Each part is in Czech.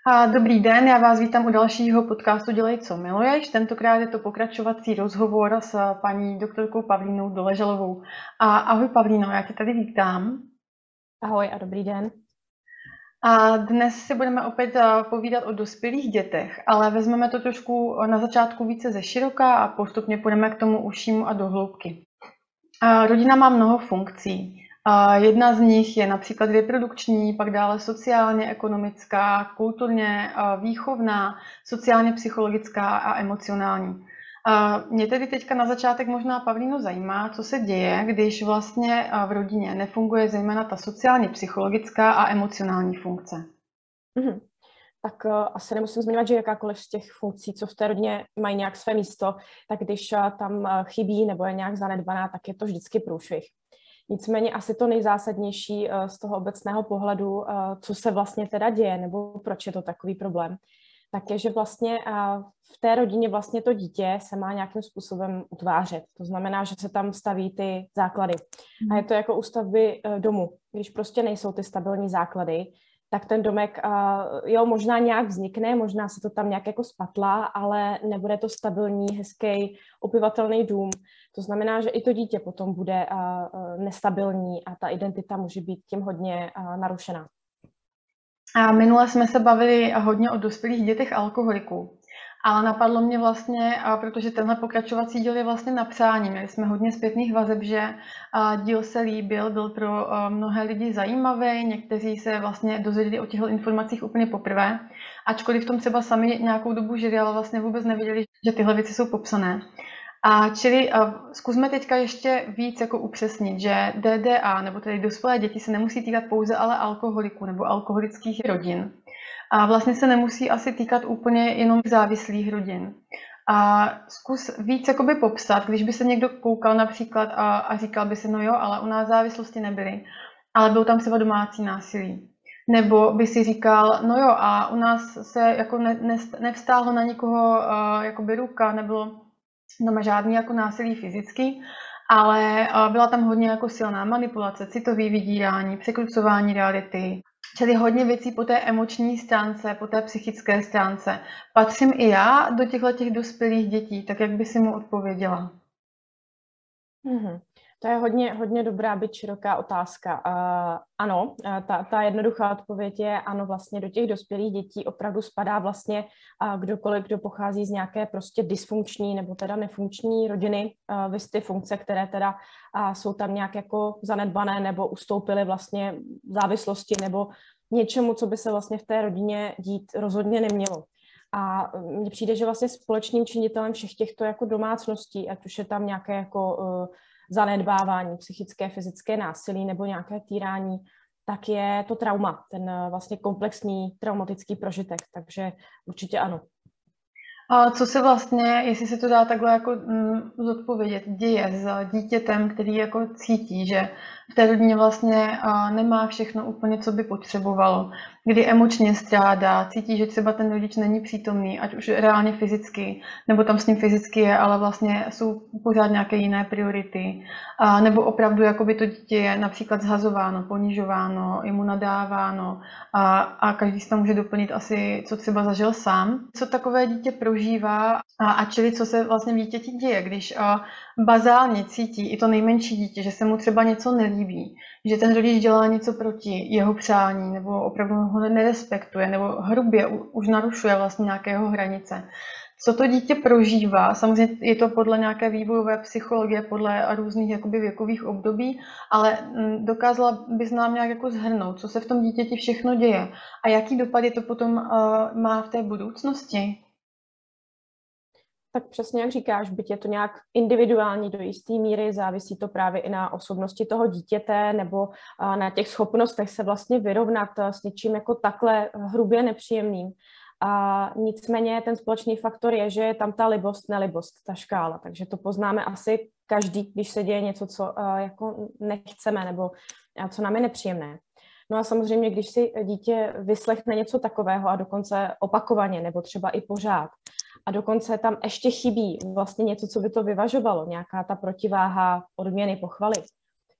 Dobrý den, já vás vítám u dalšího podcastu Dělej, co miluješ. Tentokrát je to pokračovací rozhovor s paní doktorkou Pavlínou Doležalovou. Ahoj Pavlíno, já tě tady vítám. Ahoj a dobrý den. A dnes si budeme opět povídat o dospělých dětech, ale vezmeme to trošku na začátku více ze široka a postupně půjdeme k tomu užšímu a do hloubky. Rodina má mnoho funkcí. Jedna z nich je například reprodukční, pak dále sociálně, ekonomická, kulturně, výchovná, sociálně psychologická a emocionální. Mě tedy teďka na začátek možná, Pavlíno, zajímá, co se děje, když vlastně v rodině nefunguje zejména ta sociálně psychologická a emocionální funkce. Tak asi nemusím zmiňovat, že jakákoliv z těch funkcí, co v té rodině mají nějak své místo, tak když tam chybí nebo je nějak zanedbaná, tak je to vždycky průšvih. Nicméně asi to nejzásadnější z toho obecného pohledu, co se vlastně teda děje, nebo proč je to takový problém, tak je, že vlastně v té rodině vlastně to dítě se má nějakým způsobem utvářet. To znamená, že se tam staví ty základy. A je to jako u stavby domu. Když prostě nejsou ty stabilní základy, tak ten domek, možná nějak vznikne, možná se to tam nějak jako spatlá, ale nebude to stabilní, hezký, obyvatelný dům. To znamená, že i to dítě potom bude nestabilní a ta identita může být tím hodně narušená. A minule jsme se bavili hodně o dospělých dětech alkoholiků. Ale napadlo mě vlastně, protože tenhle pokračovací díl je vlastně na přání. Měli jsme hodně zpětných vazeb, že díl se líbil, byl pro mnohé lidi zajímavý, někteří se vlastně dozvěděli o těchto informacích úplně poprvé, ačkoliv v tom třeba sami nějakou dobu žili, ale vlastně vůbec nevěděli, že tyhle věci jsou popsané. Čili zkusme teďka ještě víc jako upřesnit, že DDA, nebo tedy dospělé děti, se nemusí týkat pouze ale alkoholiků nebo alkoholických rodin. A vlastně se nemusí asi týkat úplně jenom závislých rodin. A zkus víc jakoby popsat, když by se někdo koukal například a říkal by si, no jo, ale u nás závislosti nebyly, ale bylo tam třeba domácí násilí. Nebo by si říkal, no jo, a u nás se jako nevstáhlo na nikoho jakoby ruka, nebylo tam žádný jako násilí fyzický, ale byla tam hodně jako silná manipulace, citový vydírání, překrucování reality, čili hodně věcí po té emoční stránce, po té psychické stránce. Patřím i já do těchto dospělých dětí, tak jak by si mu odpověděla? To je hodně dobrá, byť široká otázka. Ano, ta jednoduchá odpověď je ano, vlastně do těch dospělých dětí opravdu spadá vlastně kdokoliv, kdo pochází z nějaké prostě dysfunkční nebo teda nefunkční rodiny, vys ty funkce, které teda jsou tam nějak jako zanedbané nebo ustoupily vlastně závislosti nebo něčemu, co by se vlastně v té rodině dít rozhodně nemělo. A mně přijde, že vlastně společným činitelem všech těchto jako domácností, ať už je tam nějaké jako zanedbávání, psychické, fyzické násilí nebo nějaké týrání, tak je to trauma, ten vlastně komplexní traumatický prožitek, takže určitě ano. A co se vlastně, jestli se to dá takhle jako zodpovědět, děje s dítětem, který jako cítí, že v té rodině vlastně nemá všechno úplně, co by potřebovalo, kdy emočně strádá, cítí, že třeba ten rodič není přítomný, ať už reálně fyzicky, nebo tam s ním fyzicky je, ale vlastně jsou pořád nějaké jiné priority, nebo opravdu jakoby to dítě je například zhazováno, ponižováno, je mu nadáváno a každý si tam může doplnit asi, co třeba zažil sám. Co takové dítě prožívá a čili co se vlastně dítěti děje, když bazálně cítí i to nejmenší dítě, že se mu třeba něco nelíbí, že ten rodič dělá něco proti jeho přání, nebo opravdu ho nerespektuje, nebo hrubě už narušuje vlastně nějaké jeho hranice. Co to dítě prožívá? Samozřejmě je to podle nějaké vývojové psychologie, podle různých jakoby věkových období, ale dokázala bys nám nějak jako shrnout, co se v tom dítěti všechno děje a jaký dopady to potom má v té budoucnosti? Tak přesně jak říkáš, byť je to nějak individuální do jisté míry, závisí to právě i na osobnosti toho dítěte nebo na těch schopnostech se vlastně vyrovnat s něčím jako takhle hrubě nepříjemným. A nicméně ten společný faktor je, že je tam ta libost, nelibost, ta škála. Takže to poznáme asi každý, když se děje něco, co jako nechceme nebo co nám je nepříjemné. No a samozřejmě, když si dítě vyslechne něco takového a dokonce opakovaně nebo třeba i pořád, a dokonce tam ještě chybí vlastně něco, co by to vyvažovalo, nějaká ta protiváha odměny, pochvaly,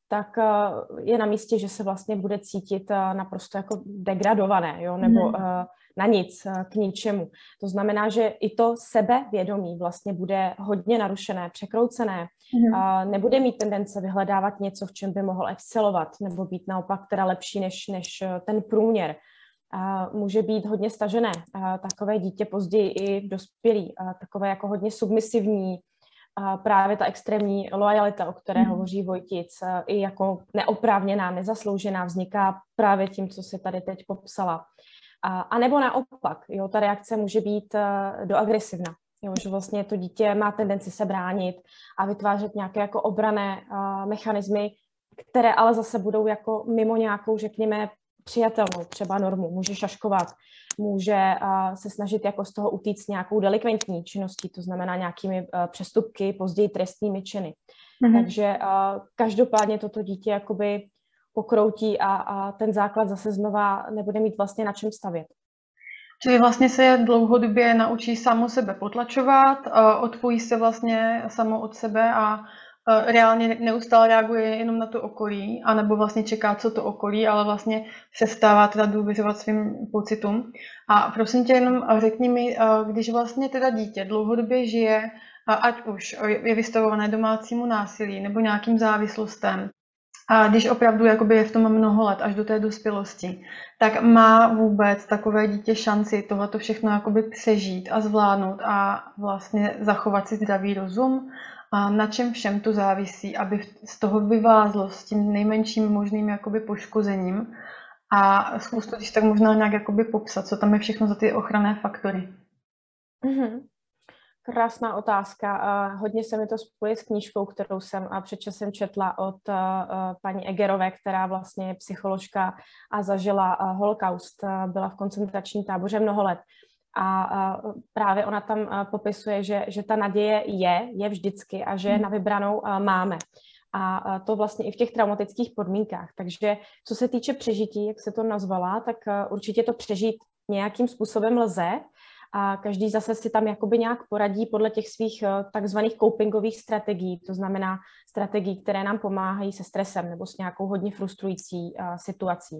tak je na místě, že se vlastně bude cítit naprosto jako degradované, jo, nebo na nic, k ničemu. To znamená, že i to sebevědomí vlastně bude hodně narušené, překroucené, nebude mít tendence vyhledávat něco, v čem by mohl excelovat, nebo být naopak teda lepší než ten průměr. Může být hodně stažené. Takové dítě později i dospělí, takové jako hodně submisivní, právě ta extrémní loajalita, o které hovoří Vojtic, i jako neoprávněná, nezasloužená, vzniká právě tím, co se tady teď popsala. A nebo naopak, jo, ta reakce může být doagresivna, jo, že vlastně to dítě má tendenci se bránit a vytvářet nějaké jako obranné mechanismy, které ale zase budou jako mimo nějakou, řekněme, přijatelnou třeba normu. Může šaškovat, může se snažit jako z toho utíct nějakou delikventní činností, to znamená nějakými přestupky, později trestnými činy. Takže každopádně toto dítě jakoby pokroutí a ten základ zase znova nebude mít vlastně na čem stavět. Čili vlastně se dlouhodobě naučí samo sebe potlačovat, odpojí se vlastně samo od sebe a reálně neustále reaguje jenom na to okolí, anebo vlastně čeká, co to okolí, ale vlastně přestává teda důvěřovat svým pocitům. A prosím tě, jenom řekni mi, když vlastně teda dítě dlouhodobě žije, ať už je vystavované domácímu násilí nebo nějakým závislostem, a když opravdu jakoby je v tom mnoho let až do té dospělosti, tak má vůbec takové dítě šanci tohleto všechno jakoby přežít a zvládnout a vlastně zachovat si zdravý rozum? A na čem všem to závisí, aby z toho vyvázlo s tím nejmenším možným jakoby poškozením? A zkus to, když tak možná nějak jakoby popsat, co tam je všechno za ty ochranné faktory. Krásná otázka. Hodně se mi to spojí s knížkou, kterou jsem před časem četla od paní Egerové, která vlastně je psycholožka a zažila holokaust. Byla v koncentračním táboře mnoho let. A právě ona tam popisuje, že ta naděje je vždycky a že na vybranou máme. A to vlastně i v těch traumatických podmínkách. Takže co se týče přežití, jak se to nazvala, tak určitě to přežít nějakým způsobem lze. A každý zase si tam jakoby nějak poradí podle těch svých takzvaných copingových strategií, to znamená strategií, které nám pomáhají se stresem nebo s nějakou hodně frustrující situací.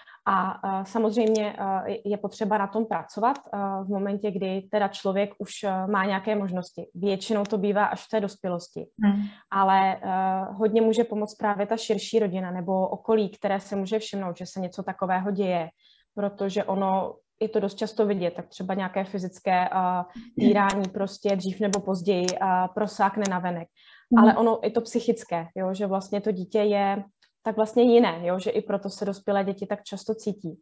A samozřejmě je potřeba na tom pracovat v momentě, kdy teda člověk už má nějaké možnosti. Většinou to bývá až v té dospělosti. Ale hodně může pomoct právě ta širší rodina nebo okolí, které se může všimnout, že se něco takového děje, protože ono je to dost často vidět, tak třeba nějaké fyzické týrání prostě dřív nebo později prosákne navenek. Ale ono i to psychické, jo, že vlastně to dítě je tak vlastně jiné, jo, že i proto se dospělé děti tak často cítí.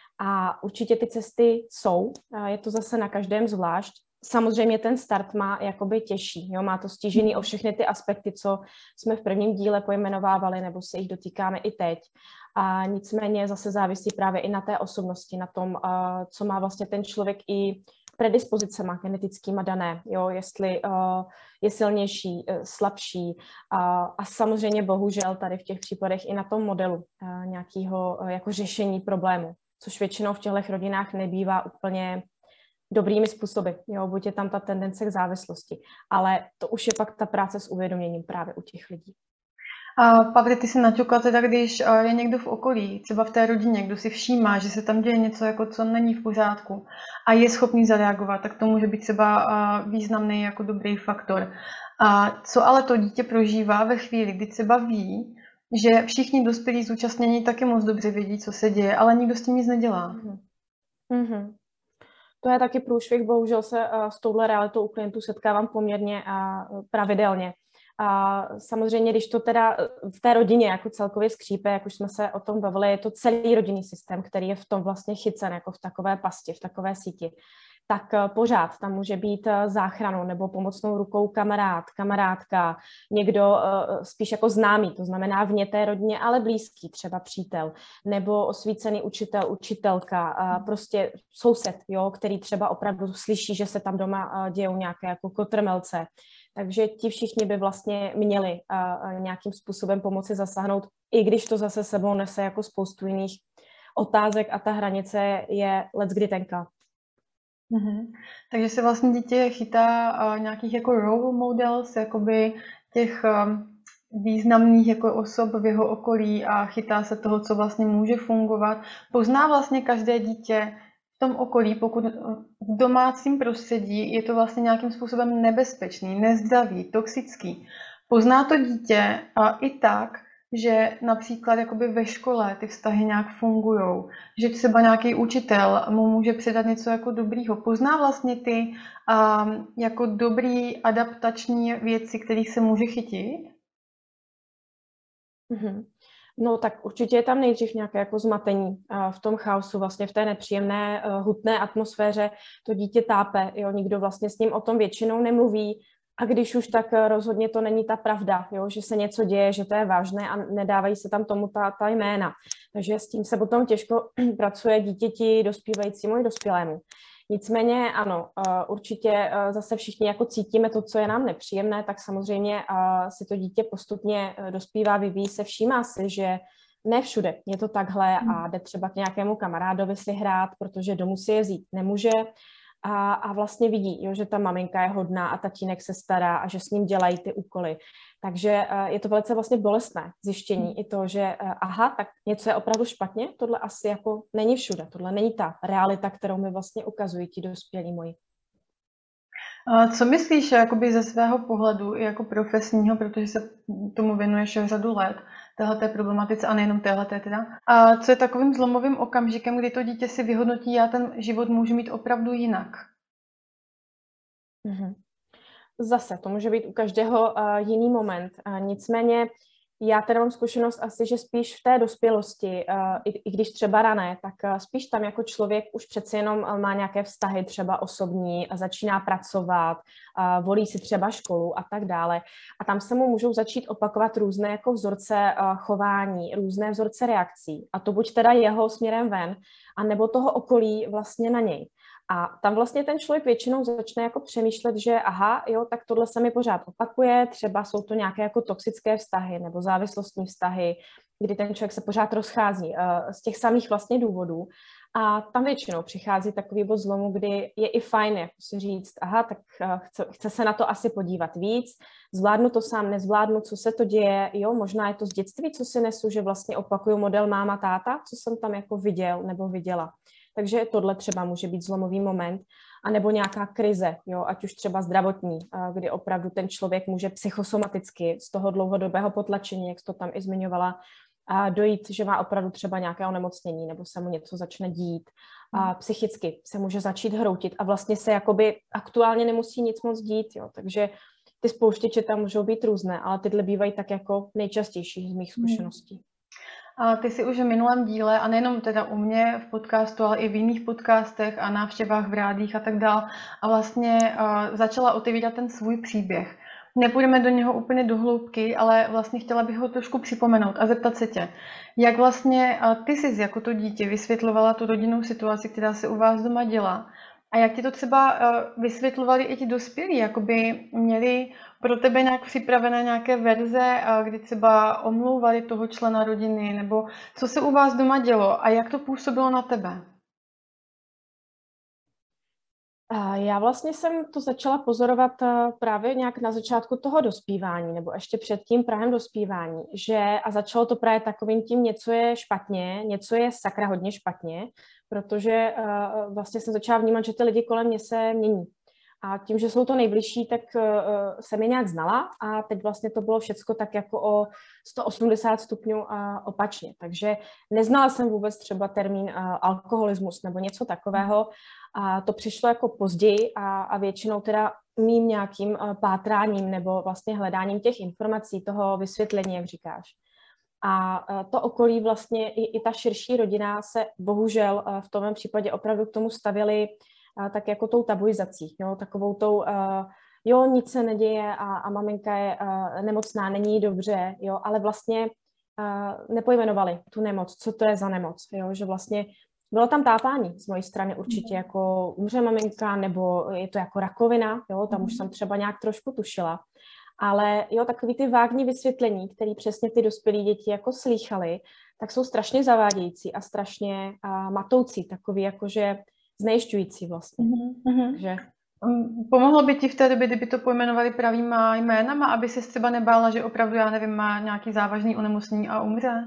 A určitě ty cesty jsou, je to zase na každém zvlášť. Samozřejmě ten start má jakoby těžší, jo, má to stížený o všechny ty aspekty, co jsme v prvním díle pojmenovávali, nebo se jich dotýkáme i teď. A nicméně zase závisí právě i na té osobnosti, na tom, co má vlastně ten člověk i predispozicema genetickýma dané, jo, jestli je silnější, slabší a samozřejmě bohužel tady v těch případech i na tom modelu nějakého jako řešení problému, což většinou v těchto rodinách nebývá úplně dobrými způsoby, jo, buď je tam ta tendence k závislosti, ale to už je pak ta práce s uvědoměním právě u těch lidí. A Pavle, ty si naťukla teda, když je někdo v okolí, třeba v té rodině, kdo si všímá, že se tam děje něco, jako co není v pořádku a je schopný zareagovat, tak to může být třeba významný jako dobrý faktor. A co ale to dítě prožívá ve chvíli, kdy třeba ví, že všichni dospělí zúčastnění taky moc dobře vědí, co se děje, ale nikdo s tím nic nedělá. To je taky průšvih, bohužel se s touhle realitou u klientů setkávám poměrně pravidelně. A samozřejmě, když to teda v té rodině jako celkově skřípe, jak už jsme se o tom bavili, je to celý rodinný systém, který je v tom vlastně chycen, jako v takové pasti, v takové síti, tak pořád tam může být záchranou nebo pomocnou rukou kamarád, kamarádka, někdo spíš jako známý, to znamená vně té rodině, ale blízký, třeba přítel, nebo osvícený učitel, učitelka, prostě soused, jo, který třeba opravdu slyší, že se tam doma dějou nějaké jako kotrmelce. Takže ti všichni by vlastně měli nějakým způsobem pomoci zasáhnout, i když to zase sebou nese jako spoustu jiných otázek a ta hranice je leckdy tenká. Takže se vlastně dítě chytá nějakých jako role models, jakoby těch významných jako osob v jeho okolí a chytá se toho, co vlastně může fungovat. Pozná vlastně každé dítě v tom okolí, pokud v domácím prostředí je to vlastně nějakým způsobem nebezpečný, nezdravý, toxický. Pozná to dítě i tak, že například jakoby ve škole ty vztahy nějak fungujou, že třeba nějaký učitel mu může předat něco jako dobrýho. Pozná vlastně ty jako dobrý adaptační věci, kterých se může chytit? Mhm. No tak určitě je tam nejdřív nějaké jako zmatení v tom chaosu, vlastně v té nepříjemné, hutné atmosféře to dítě tápe, jo, nikdo vlastně s ním o tom většinou nemluví a když už, tak rozhodně to není ta pravda, jo, že se něco děje, že to je vážné a nedávají se tam tomu ta jména. Takže s tím se potom těžko pracuje dítěti, dospívajícímu i dospělému. Nicméně ano, určitě zase všichni jako cítíme to, co je nám nepříjemné, tak samozřejmě si to dítě postupně dospívá, vyvíjí se, všímá si, že ne všude je to takhle a jde třeba k nějakému kamarádovi si hrát, protože domů si je vzít nemůže a vlastně vidí, jo, že ta maminka je hodná a tatínek se stará a že s ním dělají ty úkoly. Takže je to velice vlastně bolestné zjištění i to, že aha, tak něco je opravdu špatně, tohle asi jako není všude, tohle není ta realita, kterou mi vlastně ukazují ti dospělí moji. Co myslíš jakoby ze svého pohledu i jako profesního, protože se tomu věnuješ řadu let, téhleté problematice a nejenom téhleté teda. A co je takovým zlomovým okamžikem, kdy to dítě si vyhodnotí, já ten život můžu mít opravdu jinak? Mhm. Zase, to může být u každého jiný moment. Nicméně já teda mám zkušenost asi, že spíš v té dospělosti, i když třeba rané, tak spíš tam jako člověk už přeci jenom má nějaké vztahy třeba osobní a začíná pracovat, volí si třeba školu a tak dále. A tam se mu můžou začít opakovat různé jako vzorce chování, různé vzorce reakcí. A to buď teda jeho směrem ven, anebo toho okolí vlastně na něj. A tam vlastně ten člověk většinou začne jako přemýšlet, že aha, jo, tak tohle se mi pořád opakuje, třeba jsou to nějaké jako toxické vztahy nebo závislostní vztahy, kdy ten člověk se pořád rozchází z těch samých vlastně důvodů. A tam většinou přichází takový bod zlomu, kdy je i fajn jako si říct, aha, tak chce se na to asi podívat víc, zvládnu to sám, nezvládnu, co se to děje, jo, možná je to z dětství, co si nesu, že vlastně opakuju model máma, táta, co jsem tam jako viděl nebo viděla. Takže tohle třeba může být zlomový moment, anebo nějaká krize, jo, ať už třeba zdravotní, kdy opravdu ten člověk může psychosomaticky z toho dlouhodobého potlačení, jak jsi to tam i zmiňovala, dojít, že má opravdu třeba nějaké onemocnění, nebo se mu něco začne dít. A psychicky se může začít hroutit a vlastně se jakoby aktuálně nemusí nic moc dít, jo, takže ty spouštěče tam můžou být různé, ale tyhle bývají tak jako nejčastější z mých zkušeností. A ty si už v minulém díle, a nejenom teda u mě v podcastu, ale i v jiných podcastech a návštěvách v rádích a tak dále, a vlastně začala otevírat ten svůj příběh. Nepůjdeme do něho úplně do hloubky, ale vlastně chtěla bych ho trošku připomenout a zeptat se tě, jak vlastně ty jsi jako to dítě vysvětlovala tu rodinnou situaci, která se u vás doma dělá, a jak ti to třeba vysvětlovali i ti dospělí, jakoby měli pro tebe nějak připravené nějaké verze, kdy třeba omlouvali toho člena rodiny, nebo co se u vás doma dělo a jak to působilo na tebe? Já vlastně jsem to začala pozorovat právě nějak na začátku toho dospívání, nebo ještě před tím prahem dospívání, že a začalo to právě takovým tím, něco je špatně, něco je sakra hodně špatně, protože vlastně jsem začala vnímat, že ty lidi kolem mě se mění. A tím, že jsou to nejbližší, tak jsem je nějak znala a teď vlastně to bylo všecko tak jako o 180 stupňů a opačně. Takže neznala jsem vůbec třeba termín alkoholismus nebo něco takového. A to přišlo jako později a většinou teda mým nějakým pátráním nebo vlastně hledáním těch informací, toho vysvětlení, jak říkáš. A to okolí vlastně i ta širší rodina se bohužel v tom mém případě opravdu k tomu stavěli tak jako tou tabuizací, jo, takovou tou, jo, nic se neděje a maminka je nemocná, není jí dobře, jo, ale vlastně nepojmenovali tu nemoc, co to je za nemoc, jo, že vlastně bylo tam tápání z mojí strany určitě, jako umře maminka, nebo je to jako rakovina, jo, tam už jsem třeba nějak trošku tušila, ale jo, takový ty vágní vysvětlení, které přesně ty dospělí děti jako slýchaly, tak jsou strašně zavádějící a strašně matoucí, takový jakože znejišťující vlastně. Takže Pomohlo by ti v té době, kdyby to pojmenovali pravýma jménama, aby se třeba nebála, že opravdu, já nevím, má nějaký závažný onemocnění a umře?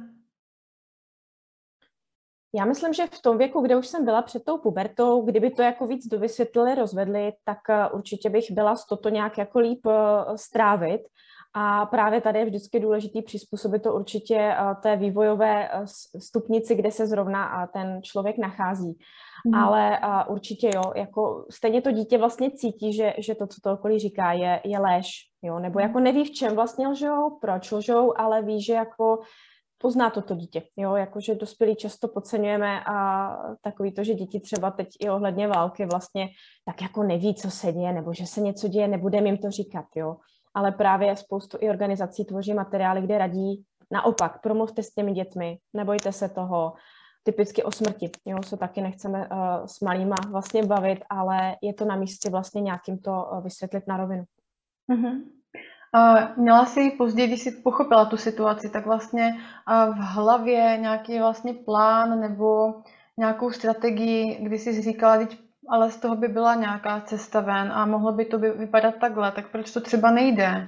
Já myslím, že v tom věku, kde už jsem byla před tou pubertou, kdyby to jako víc dovysvětlili, rozvedli, tak určitě bych byla z toto nějak jako líp strávit. A právě tady je vždycky důležitý přizpůsobit to určitě té vývojové stupnici, kde se zrovna ten člověk nachází. Ale určitě jo, jako stejně to dítě vlastně cítí, že to, co to okolí říká, je lež, jo, nebo jako neví, v čem vlastně lžou, proč lžou, ale ví, že jako pozná to dítě, jo, jakože dospělí často podceňujeme a takový to, že děti třeba teď i ohledně války vlastně tak jako neví, co se děje, nebo že se něco děje, nebudeme jim to říkat, jo, ale právě spoustu i organizací tvoří materiály, kde radí naopak, promluvte s těmi dětmi, nebojte se toho, typicky o smrti, jo, se taky nechceme s malýma vlastně bavit, ale je to na místě vlastně nějakým to vysvětlit na rovinu. Měla jsi později, když jsi pochopila tu situaci, tak vlastně v hlavě nějaký vlastně plán nebo nějakou strategii, kdy jsi říkala, teď, ale z toho by byla nějaká cesta ven a mohlo by to vypadat takhle, tak proč to třeba nejde?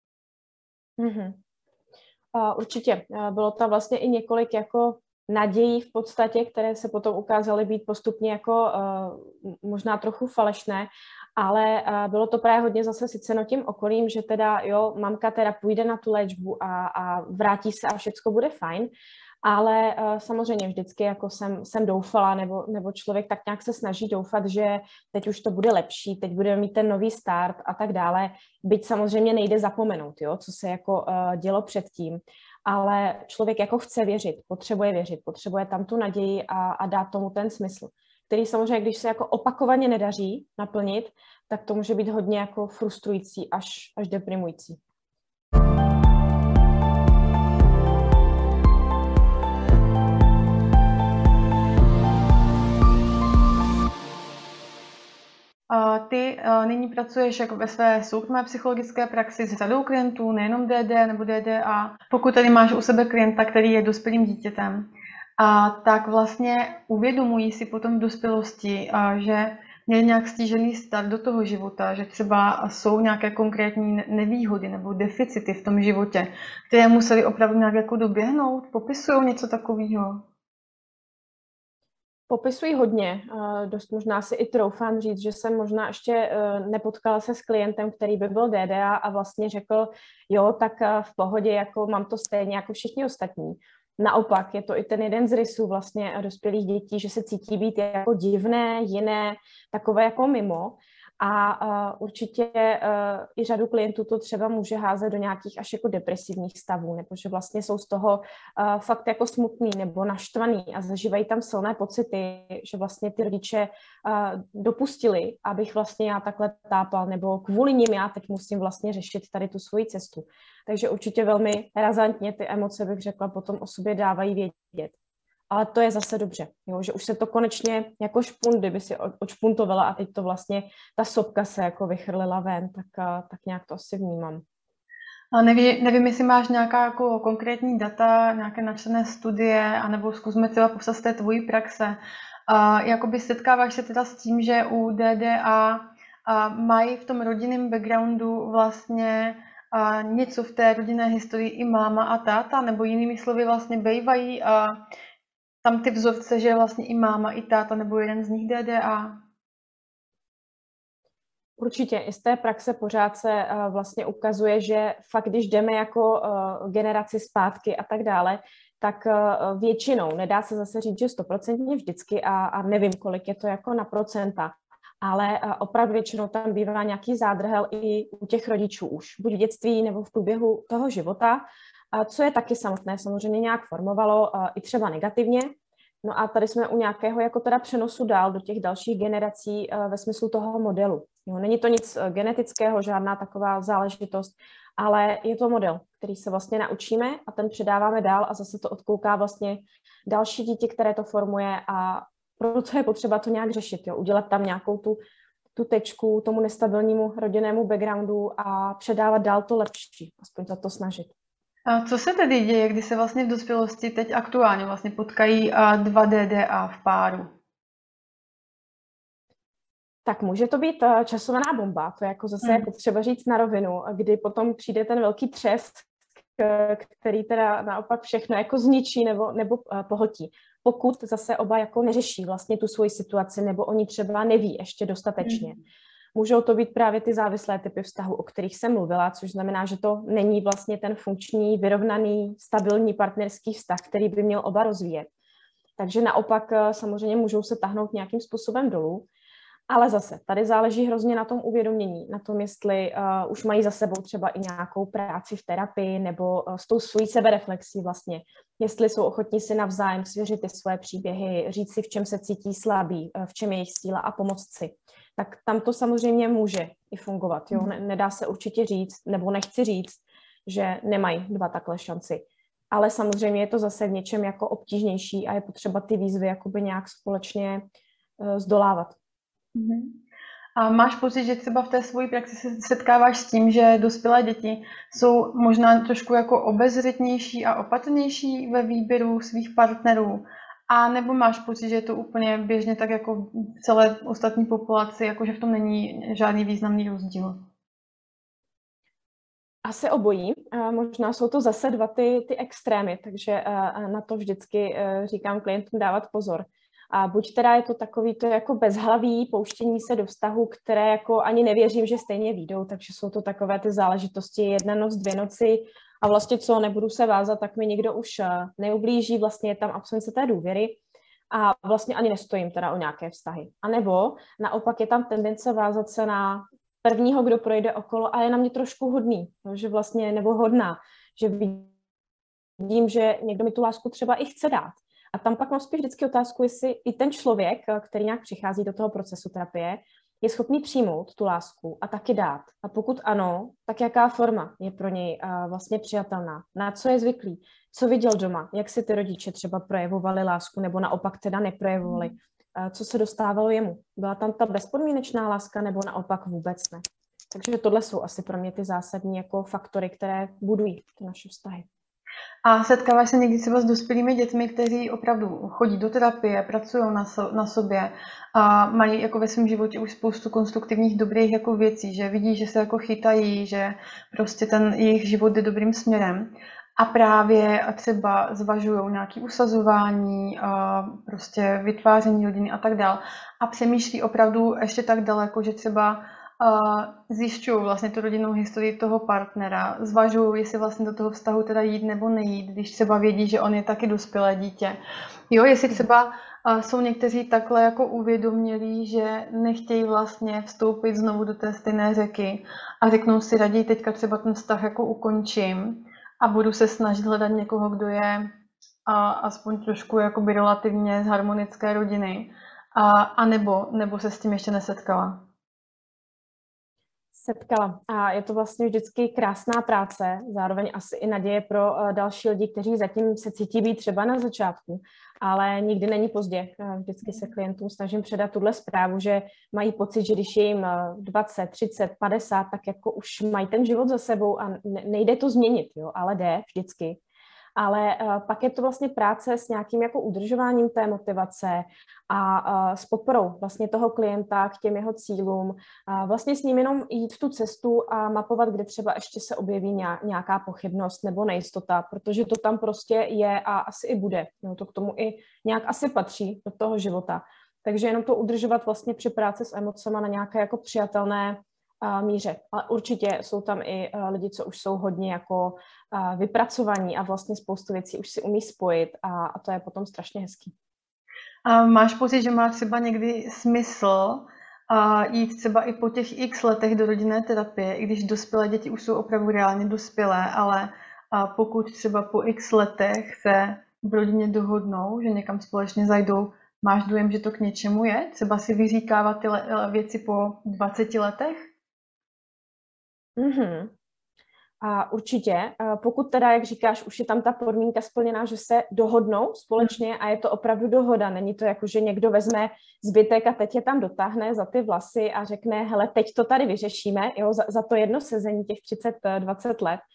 Určitě. Bylo tam vlastně i několik jako nadějí v podstatě, které se potom ukázaly být postupně jako možná trochu falešné, ale bylo to právě hodně zase syceno tím okolím, že teda jo, mamka teda půjde na tu léčbu a vrátí se a všecko bude fajn, ale samozřejmě vždycky jako jsem doufala, nebo člověk tak nějak se snaží doufat, že teď už to bude lepší, teď budeme mít ten nový start a tak dále, byť samozřejmě nejde zapomenout, jo, co se jako dělo předtím, ale člověk jako chce věřit, potřebuje tam tu naději a dát tomu ten smysl, který samozřejmě, když se jako opakovaně nedaří naplnit, tak to může být hodně jako frustrující až deprimující. Ty nyní pracuješ jako ve své soukromé psychologické praxi s řadou klientů, nejenom DD nebo DDA. Pokud tady máš u sebe klienta, který je dospělým dítětem, tak vlastně uvědomují si potom v dospělosti, že měli nějak stížený start do toho života, že třeba jsou nějaké konkrétní nevýhody nebo deficity v tom životě, které museli opravdu nějak jako doběhnout. Popisují něco takového? Popisují hodně. Dost možná si i troufám říct, že jsem možná ještě nepotkala se s klientem, který by byl DDA a vlastně řekl, jo, tak v pohodě, jako mám to stejně jako všichni ostatní. Naopak, je to i ten jeden z rysů vlastně dospělých dětí, že se cítí být jako divné, jiné, takové jako mimo. A určitě i řadu klientů to třeba může házet do nějakých až jako depresivních stavů, nebo že vlastně jsou z toho fakt jako smutný nebo naštvaný a zažívají tam silné pocity, že vlastně ty rodiče dopustili, abych vlastně já takhle tápal, nebo kvůli nim já teď musím vlastně řešit tady tu svoji cestu. Takže určitě velmi razantně ty emoce, bych řekla, potom o sobě dávají vědět. Ale to je zase dobře, jo, že už se to konečně jako špunt, kdyby si odšpuntovala a teď to vlastně ta sopka se jako vychrlila ven, tak nějak to asi vnímám. A nevím, jestli máš nějaká jako konkrétní data, nějaké načtené studie, anebo zkusme třeba popsat z té tvojí praxe. Jakoby setkáváš se teda s tím, že u DDA mají v tom rodinném backgroundu vlastně něco v té rodinné historii i máma a táta, nebo jinými slovy vlastně bývají tam ty vzorce, že vlastně i máma, i táta, nebo jeden z nich DDA? Určitě, i z té praxe pořád se vlastně ukazuje, že fakt, když jdeme jako generaci zpátky a tak dále, tak většinou, nedá se zase říct, že 100% vždycky a nevím, kolik je to jako na procenta, ale opravdu většinou tam bývá nějaký zádrhel i u těch rodičů už, buď v dětství nebo v průběhu toho života, co je taky samotné samozřejmě nějak formovalo i třeba negativně. No a tady jsme u nějakého jako teda přenosu dál do těch dalších generací ve smyslu toho modelu. Jo, není to nic genetického, žádná taková záležitost, ale je to model, který se vlastně naučíme a ten předáváme dál a zase to odkouká vlastně další dítě, které to formuje a proto je potřeba to nějak řešit, jo, udělat tam nějakou tu tečku tomu nestabilnímu rodinnému backgroundu a předávat dál to lepší, aspoň za to snažit. A co se tedy děje, kdy se vlastně v dospělosti teď aktuálně vlastně potkají dva DDA v páru? Tak může to být časovaná bomba, to je jako zase jako třeba říct na rovinu, kdy potom přijde ten velký třesk, který teda naopak všechno jako zničí nebo pohltí. Pokud zase oba jako neřeší vlastně tu svoji situaci, nebo oni třeba neví ještě dostatečně. Můžou to být právě ty závislé typy vztahu, o kterých jsem mluvila, což znamená, že to není vlastně ten funkční, vyrovnaný, stabilní partnerský vztah, který by měl oba rozvíjet. Takže naopak samozřejmě můžou se tahnout nějakým způsobem dolů. Ale zase, tady záleží hrozně na tom uvědomění, na tom, jestli už mají za sebou třeba i nějakou práci v terapii nebo s tou svojí sebereflexí vlastně. Jestli jsou ochotní si navzájem svěřit ty svoje příběhy, říct si, v čem se cítí slabí, v čem je jejich síla a pomoct si. Tak tam to samozřejmě může i fungovat. Jo? Nedá se určitě říct, nebo nechci říct, že nemají dva takhle šanci. Ale samozřejmě je to zase v něčem jako obtížnější a je potřeba ty výzvy jakoby nějak společně zdolávat. A máš pocit, že třeba v té své praxi se setkáváš s tím, že dospělé děti jsou možná trošku jako obezřetnější a opatrnější ve výběru svých partnerů? A nebo máš pocit, že je to úplně běžně tak jako v celé ostatní populaci, jako že v tom není žádný významný rozdíl? Asi obojí. Možná jsou to zase dva ty extrémy, takže na to vždycky říkám klientům dávat pozor. A buď teda je to takový to jako bezhlaví pouštění se do vztahu, které jako ani nevěřím, že stejně vyjdou, takže jsou to takové ty záležitosti 1 noc, 2 noci a vlastně co, nebudu se vázat, tak mi nikdo už neublíží, vlastně je tam absence té důvěry a vlastně ani nestojím teda o nějaké vztahy. A nebo naopak je tam tendence vázat se na prvního, kdo projde okolo a je na mě trošku hodný, že vlastně, nebo hodná, že vidím, že někdo mi tu lásku třeba i chce dát. A tam pak mám spíš vždycky otázku, jestli i ten člověk, který nějak přichází do toho procesu terapie, je schopný přijmout tu lásku a taky dát. A pokud ano, tak jaká forma je pro něj vlastně přijatelná? Na co je zvyklý? Co viděl doma? Jak si ty rodiče třeba projevovali lásku nebo naopak teda neprojevovali? Co se dostávalo jemu? Byla tam ta bezpodmínečná láska nebo naopak vůbec ne? Takže tohle jsou asi pro mě ty zásadní jako faktory, které budují ty naše vztahy. A setkáváš se někdy třeba s dospělými dětmi, kteří opravdu chodí do terapie, pracují na sobě a mají jako ve svém životě už spoustu konstruktivních dobrých jako věcí, že vidí, že se jako chytají, že prostě ten jejich život jde dobrým směrem a právě třeba zvažují nějaké usazování, prostě vytváření rodiny a tak dál a přemýšlí opravdu ještě tak daleko, že třeba zjišťují vlastně tu rodinnou historii toho partnera, zvažují, jestli vlastně do toho vztahu teda jít nebo nejít, když třeba vědí, že on je taky dospělé dítě. Jo, jestli třeba jsou někteří takhle jako uvědomělí, že nechtějí vlastně vstoupit znovu do té stejné řeky a řeknou si raději teďka třeba ten vztah jako ukončím a budu se snažit hledat někoho, kdo je aspoň trošku jakoby relativně z harmonické rodiny a nebo se s tím ještě nesetkala. Setkala. A je to vlastně vždycky krásná práce, zároveň asi i naděje pro další lidi, kteří zatím se cítí být třeba na začátku, ale nikdy není pozdě. Vždycky se klientům snažím předat tuhle zprávu, že mají pocit, že když je jim 20, 30, 50, tak jako už mají ten život za sebou a nejde to změnit, jo, ale jde vždycky. Ale pak je to vlastně práce s nějakým jako udržováním té motivace a s podporou vlastně toho klienta k těm jeho cílům. Vlastně s ním jenom jít tu cestu a mapovat, kde třeba ještě se objeví nějaká pochybnost nebo nejistota, protože to tam prostě je a asi i bude. No, to k tomu i nějak asi patří do toho života. Takže jenom to udržovat vlastně při práci s emocema na nějaké jako přijatelné míře. Ale určitě jsou tam i lidi, co už jsou hodně jako vypracovaní a vlastně spoustu věcí už si umí spojit a to je potom strašně hezký. A máš pocit, že má třeba někdy smysl jít třeba i po těch x letech do rodinné terapie, i když dospělé děti už jsou opravdu reálně dospělé, ale pokud třeba po x letech se v rodině dohodnou, že někam společně zajdou, máš dojem, že to k něčemu je? Třeba si vyříkávat ty věci po 20 letech? Mm-hmm. A určitě, pokud teda, jak říkáš, už je tam ta podmínka splněná, že se dohodnou společně a je to opravdu dohoda, není to jako, že někdo vezme zbytek a teď je tam dotáhne za ty vlasy a řekne, hele, teď to tady vyřešíme, jo, za to jedno sezení těch 30-20 let,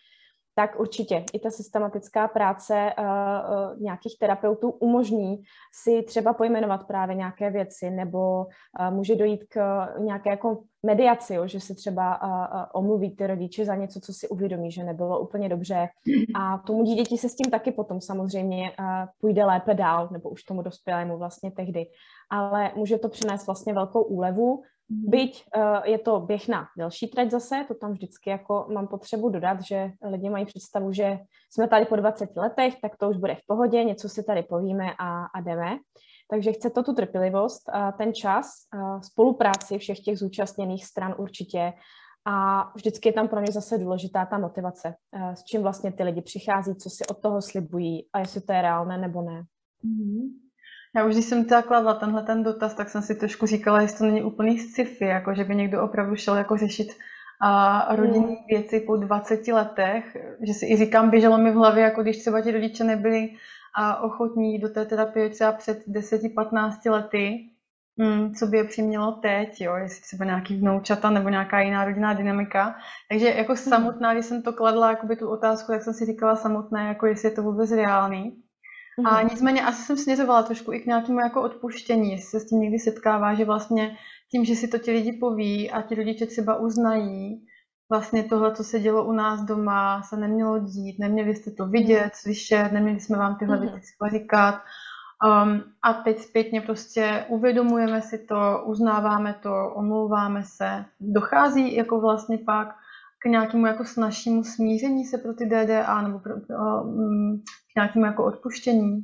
tak určitě i ta systematická práce nějakých terapeutů umožní si třeba pojmenovat právě nějaké věci, nebo může dojít k nějaké jako mediaci, jo, že se třeba omluví ty rodiče za něco, co si uvědomí, že nebylo úplně dobře. A tomu dítěti se s tím taky potom samozřejmě půjde lépe dál, nebo už tomu dospělému vlastně tehdy. Ale může to přinést vlastně velkou úlevu. Byť je to běh na delší trať zase, to tam vždycky jako mám potřebu dodat, že lidi mají představu, že jsme tady po 20 letech, tak to už bude v pohodě, něco si tady povíme a jdeme. Takže chce to tu trpělivost, ten čas, spolupráci všech těch zúčastněných stran určitě. A vždycky je tam pro mě zase důležitá ta motivace, s čím vlastně ty lidi přichází, co si od toho slibují a jestli to je reálné nebo ne. Já už, když jsem teda kladla tenhle ten dotaz, tak jsem si trošku říkala, jestli to není úplný sci-fi, jako že by někdo opravdu šel jako řešit rodinné věci po 20 letech, že si i říkám, běželo mi v hlavě, jako když třeba ti rodiče nebyli ochotní do té terapie třeba před 10-15 lety, co by je přimělo teď, jo, jestli třeba nějaký vnoučata nebo nějaká jiná rodinná dynamika. Takže jako samotná, když jsem to kladla jakoby tu otázku, tak jsem si říkala samotné, jako jestli je to vůbec reálný. A nicméně asi jsem směřovala trošku i k nějakému jako odpuštění, jestli se s tím někdy setkává, že vlastně tím, že si to ti lidi poví a ti rodiče třeba uznají, vlastně tohle, co se dělo u nás doma, se nemělo dít, neměli jste to vidět, slyšet, neměli jsme vám tyhle věci říkat. A teď zpětně prostě uvědomujeme si to, uznáváme to, omlouváme se. Dochází jako vlastně pak k nějakému jako snazšímu smíření se pro ty DDA nebo k nějakému jako odpuštění?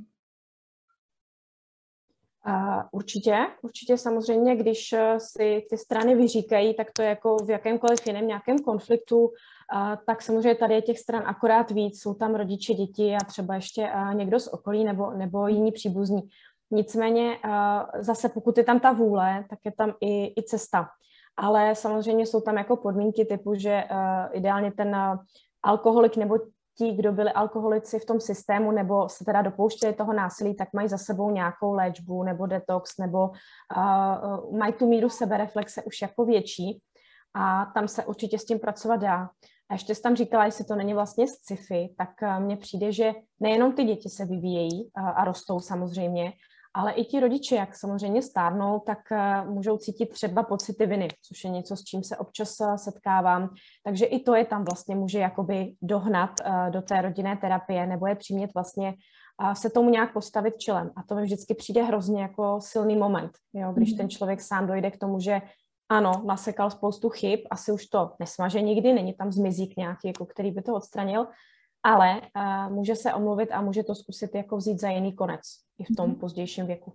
Určitě samozřejmě, když si ty strany vyříkají, tak to je jako v jakémkoliv jiném nějakém konfliktu, tak samozřejmě tady je těch stran akorát víc, jsou tam rodiče, děti a třeba ještě někdo z okolí nebo jiní příbuzní. Nicméně zase pokud je tam ta vůle, tak je tam i cesta. Ale samozřejmě jsou tam jako podmínky typu, že ideálně ten alkoholik nebo ti, kdo byli alkoholici v tom systému nebo se teda dopouštěli toho násilí, tak mají za sebou nějakou léčbu nebo detox nebo mají tu míru sebereflexe už jako větší a tam se určitě s tím pracovat dá. A ještě jsi tam říkala, jestli to není vlastně sci-fi, tak mně přijde, že nejenom ty děti se vyvíjejí a rostou samozřejmě, ale i ti rodiče, jak samozřejmě stárnou, tak můžou cítit třeba pocity viny, což je něco, s čím se občas setkávám. Takže i to je tam vlastně může jakoby dohnat do té rodinné terapie nebo je přimět vlastně se tomu nějak postavit čelem. A to mi vždycky přijde hrozně jako silný moment, jo? Když ten člověk sám dojde k tomu, že ano, nasekal spoustu chyb, asi už to nesmaže nikdy, není tam zmizík nějaký, jako který by to odstranil, ale může se omluvit a může to zkusit jako vzít za jiný konec i v tom pozdějším věku.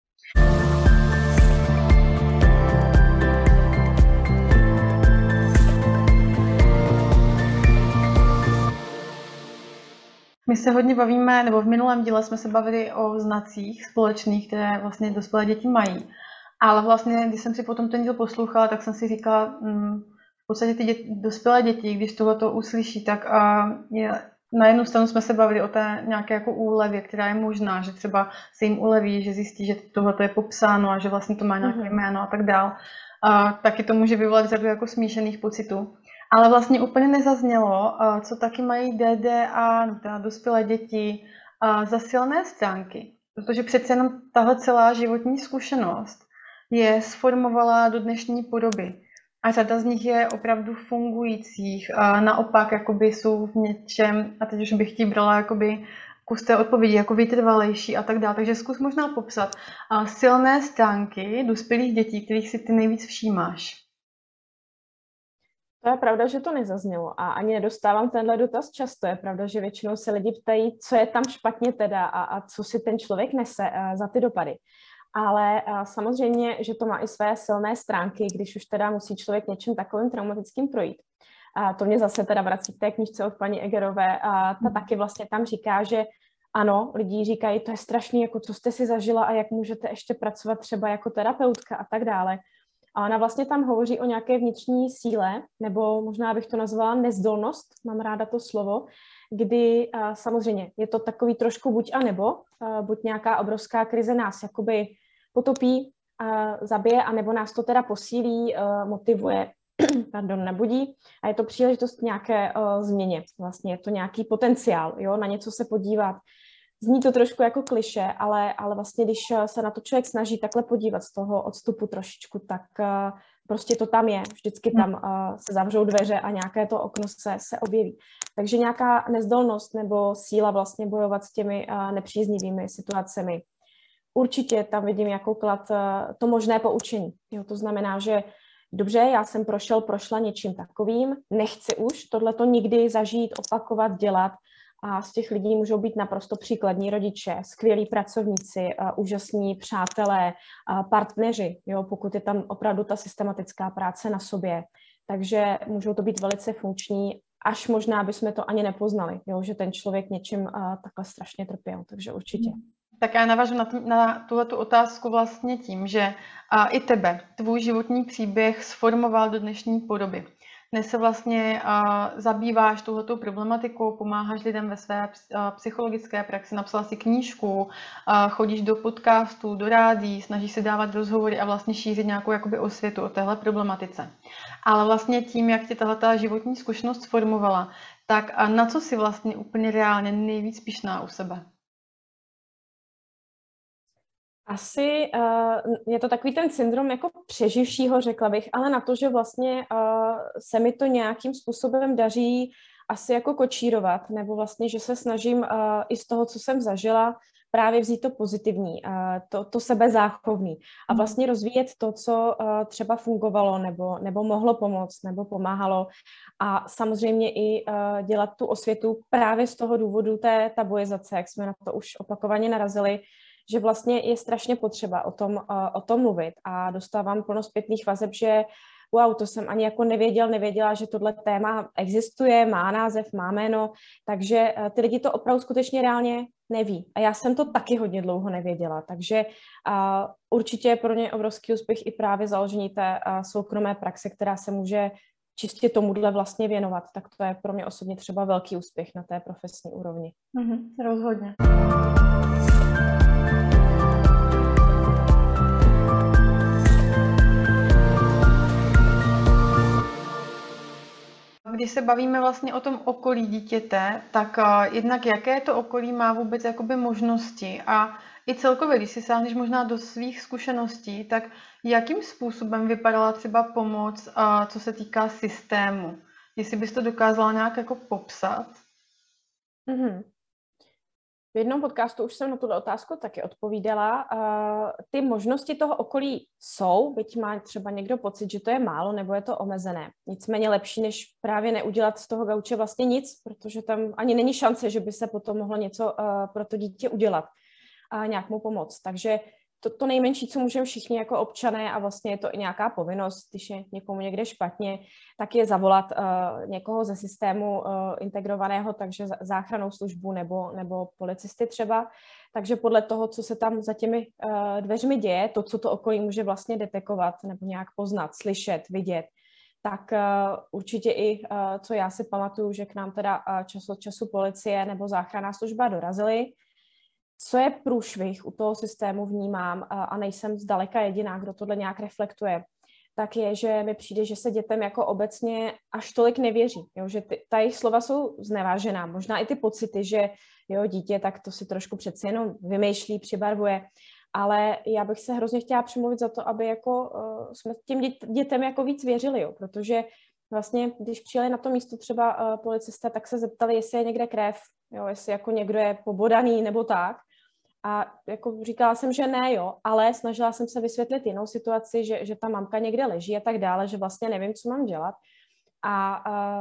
My se hodně bavíme, nebo v minulém díle jsme se bavili o znacích společných, které vlastně dospělé děti mají. Ale vlastně, když jsem si potom ten díl poslouchala, tak jsem si říkala, v podstatě ty dospělé děti, když tohleto uslyší, tak na jednu stranu jsme se bavili o té nějaké jako úlevě, která je možná, že třeba se jim uleví, že zjistí, že tohle je popsáno a že vlastně to má nějaké jméno a tak dál. Taky to může vyvolat řadu jako smíšených pocitů. Ale vlastně úplně nezaznělo, co taky mají DDA, teda dospělé děti, za silné stránky. Protože přece jenom tahle celá životní zkušenost je sformovala do dnešní podoby. A řada z nich je opravdu fungujících. A naopak jakoby jsou v něčem, a teď už bych ti brala jakoby kus té odpovědi, jako vytrvalejší a tak dále. Takže zkus možná popsat silné stránky dospělých dětí, kterých si ty nejvíc všímáš. To je pravda, že to nezaznělo a ani nedostávám tenhle dotaz často. Je pravda, že většinou se lidi ptají, co je tam špatně teda a co si ten člověk nese za ty dopady. Ale samozřejmě, že to má i své silné stránky, když už teda musí člověk něčím takovým traumatickým projít. A to mě zase teda vrací k té knížce od paní Egerové. Ta taky vlastně tam říká, že ano, lidi říkají, to je strašný, jako co jste si zažila a jak můžete ještě pracovat třeba jako terapeutka a tak dále. A ona vlastně tam hovoří o nějaké vnitřní síle, nebo možná bych to nazvala nezdolnost, mám ráda to slovo, kdy samozřejmě je to takový trošku buď a nebo, buď nějaká obrovská krize nás jakoby potopí, zabije, anebo nás to teda posílí, motivuje nabudí a je to příležitost nějaké změně. Vlastně je to nějaký potenciál, jo, na něco se podívat. Zní to trošku jako klišé, ale vlastně, když se na to člověk snaží takhle podívat z toho odstupu trošičku, tak prostě to tam je. Vždycky tam se zavřou dveře a nějaké to okno se objeví. Takže nějaká nezdolnost nebo síla vlastně bojovat s těmi nepříznivými situacemi. Určitě tam vidím jako klad to možné poučení. Jo, to znamená, že dobře, já jsem prošla něčím takovým, nechci už tohleto nikdy zažít, opakovat, dělat. A z těch lidí můžou být naprosto příkladní rodiče, skvělí pracovníci, úžasní přátelé, partneři, jo, pokud je tam opravdu ta systematická práce na sobě. Takže můžou to být velice funkční, až možná bychom to ani nepoznali, jo, že ten člověk něčím takhle strašně trpěl, takže určitě. Tak já navážu na tuhletu otázku vlastně tím, že i tebe, tvůj životní příběh sformoval do dnešní podoby. Dnes se vlastně zabýváš touhletou problematikou, pomáháš lidem ve své psychologické praxi, napsala si knížku, chodíš do podcastů, do rádií, snažíš se dávat rozhovory a vlastně šířit nějakou jakoby osvětu o téhle problematice. Ale vlastně tím, jak tě tahleta životní zkušenost sformovala, tak na co si vlastně úplně reálně nejvíc pyšná u sebe? Asi je to takový ten syndrom jako přeživšího, řekla bych, ale na to, že vlastně se mi to nějakým způsobem daří asi jako kočírovat, nebo vlastně, že se snažím i z toho, co jsem zažila, právě vzít to pozitivní, to sebezáchovný a vlastně rozvíjet to, co třeba fungovalo nebo mohlo pomoct, nebo pomáhalo a samozřejmě i dělat tu osvětu právě z toho důvodu té tabuizace, jak jsme na to už opakovaně narazili, že vlastně je strašně potřeba o tom mluvit a dostávám plno zpětných vazeb, že wow, to jsem ani jako nevěděla, že tohle téma existuje, má název, má jméno, takže ty lidi to opravdu skutečně reálně neví. A já jsem to taky hodně dlouho nevěděla, takže určitě je pro ně obrovský úspěch i právě založení té soukromé praxe, která se může čistě tomuhle vlastně věnovat. Tak to je pro mě osobně třeba velký úspěch na té profesní úrovni. Rozhodně. Když se bavíme vlastně o tom okolí dítěte, tak jednak jaké to okolí má vůbec jakoby možnosti a i celkově, když si sáhneš možná do svých zkušeností, tak jakým způsobem vypadala třeba pomoc, co se týká systému? Jestli bys to dokázala nějak jako popsat? V jednom podcastu už jsem na tuto otázku taky odpovídala. Ty možnosti toho okolí jsou, byť má třeba někdo pocit, že to je málo nebo je to omezené. Nicméně lepší, než právě neudělat z toho gauče vlastně nic, protože tam ani není šance, že by se potom mohlo něco pro to dítě udělat a nějak mu pomoct. Takže to nejmenší, co můžeme všichni jako občané, a vlastně je to i nějaká povinnost, když je někomu někde špatně, tak je zavolat někoho ze systému integrovaného, takže záchrannou službu nebo policisty třeba. Takže podle toho, co se tam za těmi dveřmi děje, to, co to okolí může vlastně detekovat nebo nějak poznat, slyšet, vidět, tak určitě i, co já si pamatuju, že k nám teda čas od času policie nebo záchranná služba dorazily. Co je průšvih u toho systému vnímám a nejsem zdaleka jediná, kdo tohle nějak reflektuje, tak je, že mi přijde, že se dětem jako obecně až tolik nevěří, jo? Že ta jejich slova jsou znevážená. Možná i ty pocity, že jo, dítě tak to si trošku přeci jenom vymýšlí, přibarvuje, ale já bych se hrozně chtěla přimluvit za to, aby jako jsme těm dětem jako víc věřili, jo? Protože vlastně, když přijeli na to místo třeba policisté, tak se zeptali, jestli je někde krev, jo, jestli jako někdo je pobodaný nebo tak. A jako říkala jsem, že ne, jo, ale snažila jsem se vysvětlit jinou situaci, že ta mamka někde leží a tak dále, že vlastně nevím, co mám dělat. A